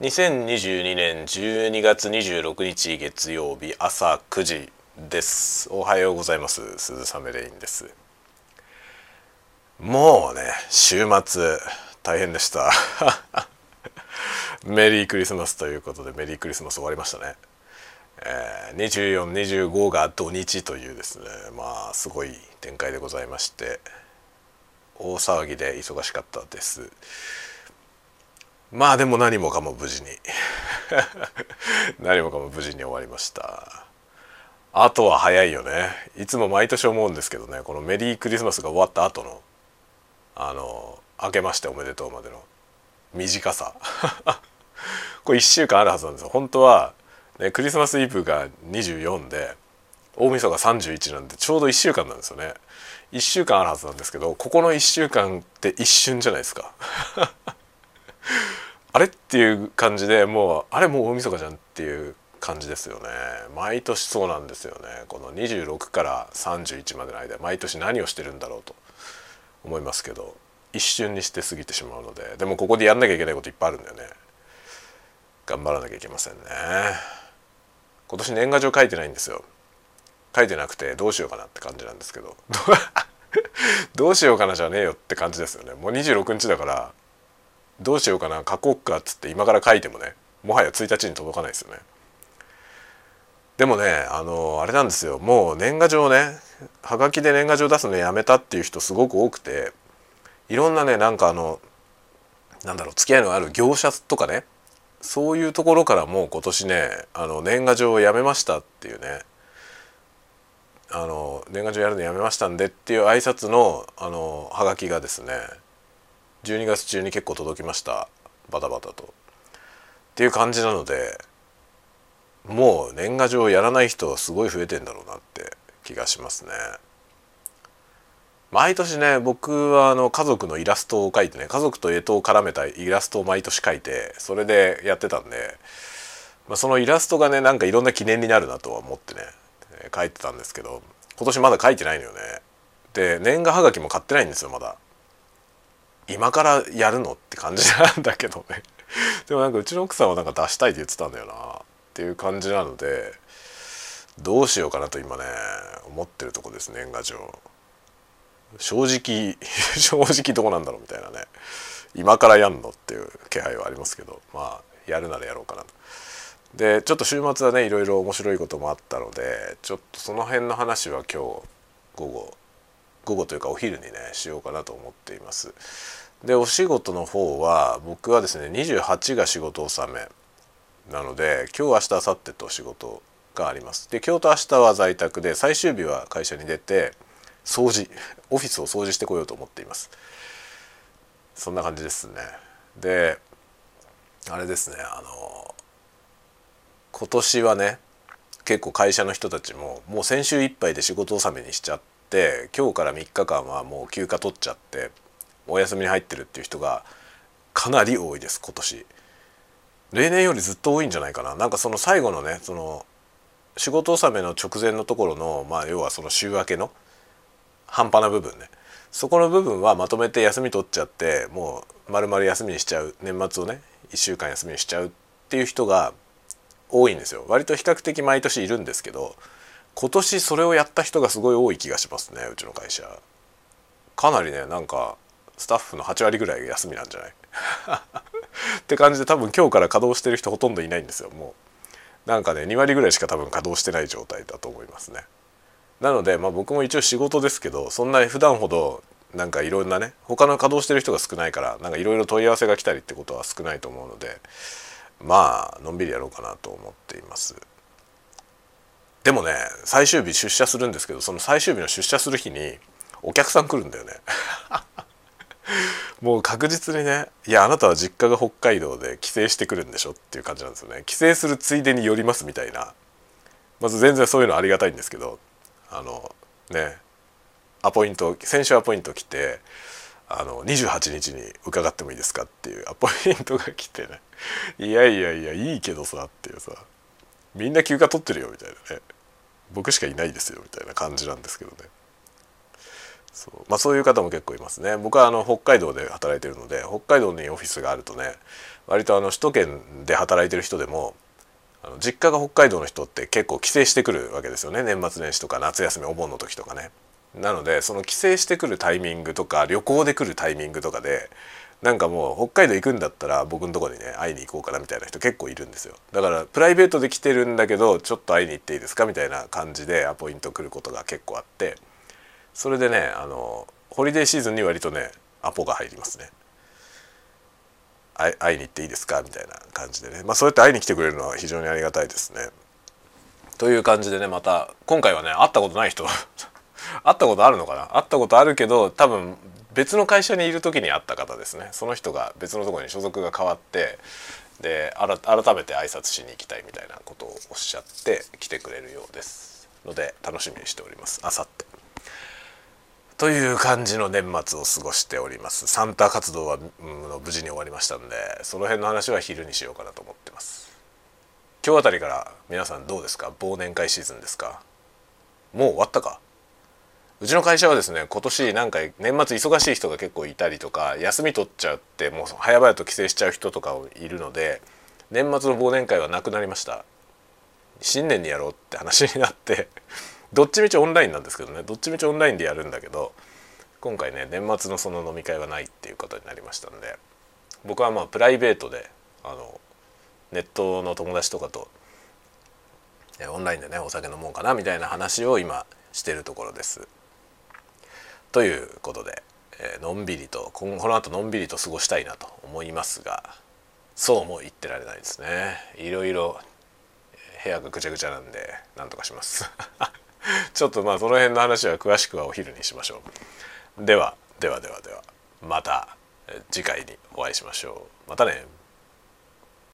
2022年12月26日月曜日朝9時です。おはようございます。鈴雨レインです。もうね、週末大変でしたメリークリスマスということで、メリークリスマス終わりましたね。24、25が土日というですね、まあすごい展開でございまして、大騒ぎで忙しかったです。まあでも何もかも無事に何もかも無事に終わりました。あとは早いよね。いつも毎年思うんですけどね、このメリークリスマスが終わった後の明けましておめでとうまでの短さこれ1週間あるはずなんですよ本当は、ね、クリスマスイブが24で大晦日が31なんでちょうど1週間なんですよね。1週間あるはずなんですけど、ここの1週間って一瞬じゃないですかあれっていう感じで、もうあれもう大晦日じゃんっていう感じですよね。毎年そうなんですよね。この26から31までの間毎年何をしてるんだろうと思いますけど、一瞬にして過ぎてしまうので、でもここでやんなきゃいけないこといっぱいあるんだよね。頑張らなきゃいけませんね。今年年賀状書いてないんですよ。書いてなくてどうしようかなって感じなんですけどどうしようかなじゃねえよって感じですよね。もう26日だからどうしようかな書こうかっつって今から書いてもね、もはや1日に届かないですよね。でもね、あれなんですよ。もう年賀状ね、はがきで年賀状出すのやめたっていう人すごく多くて、いろんなね、なんかなんだろう、付き合いのある業者とかね、そういうところからもう今年ね、年賀状をやめましたっていうね、年賀状やるのやめましたんでっていう挨拶のはがきがですね、12月中に結構届きました。バタバタとっていう感じなので、もう年賀状やらない人はすごい増えてんだろうなって気がしますね。毎年ね、僕は家族のイラストを描いてね、家族と干支を絡めたイラストを毎年描いて、それでやってたんで、そのイラストがね、なんかいろんな記念になるなとは思ってね、描いてたんですけど、今年まだ描いてないのよね。で、年賀はがきも買ってないんですよまだ。今からやるのって感じなんだけどねでもなんかうちの奥さんはなんか出したいって言ってたんだよなっていう感じなので、どうしようかなと今ね思ってるとこです。年賀状正直正直どうなんだろうみたいなね、今からやんのっていう気配はありますけど、まあやるならやろうかなと。でちょっと週末はねいろいろ面白いこともあったので、ちょっとその辺の話は今日午後というかお昼にねしようかなと思っています。でお仕事の方は僕はですね28が仕事納めなので、今日明日明後日と仕事があります。で今日と明日は在宅で、最終日は会社に出てオフィスを掃除してこようと思っています。そんな感じですね。であれですね、今年はね結構会社の人たちももう先週いっぱいで仕事納めにしちゃって、今日から3日間はもう休暇取っちゃってお休みに入ってるっていう人がかなり多いです今年。例年よりずっと多いんじゃないかな。なんかその最後のね、その仕事納めの直前のところの、まあ要はその週明けの半端な部分ね、そこの部分はまとめて休み取っちゃって、もう丸々休みにしちゃう、年末をね1週間休みにしちゃうっていう人が多いんですよ。割と比較的毎年いるんですけど、今年それをやった人がすごい多い気がしますね。うちの会社かなりね、なんかスタッフの8割ぐらいが休みなんじゃないって感じで、多分今日から稼働してる人ほとんどいないんですよ。もうなんかね2割ぐらいしか多分稼働してない状態だと思いますね。なのでまあ僕も一応仕事ですけど、そんなに普段ほどなんかいろんなね他の稼働してる人が少ないから、なんかいろいろ問い合わせが来たりってことは少ないと思うので、まあのんびりやろうかなと思っています。でもね、最終日出社するんですけど、その最終日の出社する日にお客さん来るんだよねもう確実にね、いやあなたは実家が北海道で帰省してくるんでしょっていう感じなんですよね。帰省するついでに寄りますみたいな。まず全然そういうのありがたいんですけど、ね、先週アポイント来て、28日に伺ってもいいですかっていうアポイントが来てね、いやいやいやいいけどさっていうさ、みんな休暇取ってるよみたいなね、僕しかいないですよみたいな感じなんですけどね。 そういう方も結構いますね。僕は北海道で働いてるので、北海道にオフィスがあるとね、割と首都圏で働いてる人でも実家が北海道の人って結構帰省してくるわけですよね。年末年始とか夏休みお盆の時とかね。なのでその帰省してくるタイミングとか旅行で来るタイミングとかでなんかもう北海道行くんだったら僕のとこにね会いに行こうかなみたいな人結構いるんですよ。だからプライベートで来てるんだけどちょっと会いに行っていいですかみたいな感じでアポイント来ることが結構あって、それでねホリデーシーズンに割とねアポが入りますね。会いに行っていいですかみたいな感じでね、そうやって会いに来てくれるのは非常にありがたいですね。という感じでね、また今回はね会ったことない人会ったことあるのかな、会ったことあるけど多分別の会社にいる時に会った方ですね。その人が別のところに所属が変わってで改めて挨拶しに行きたいみたいなことをおっしゃって来てくれるようですので楽しみにしております。あさってという感じの年末を過ごしております。サンタ活動は、無事に終わりましたんで、その辺の話は昼にしようかなと思ってます。今日あたりから皆さんどうですか？忘年会シーズンですか？もう終わったか？うちの会社はですね、今年なんか年末忙しい人が結構いたりとか、休み取っちゃってもう早々と帰省しちゃう人とかいるので、年末の忘年会はなくなりました。新年にやろうって話になってどっちみちオンラインなんですけどね、どっちみちオンラインでやるんだけど、今回ね年末のその飲み会はないっていうことになりましたんで、僕はプライベートでネットの友達とかとオンラインでねお酒飲もうかなみたいな話を今してるところです。ということで、のんびりとこの後のんびりと過ごしたいなと思いますが、そうも言ってられないですね。いろいろ部屋がぐちゃぐちゃなんでなんとかしますちょっとその辺の話は詳しくはお昼にしましょう。ではまた次回にお会いしましょう。またね。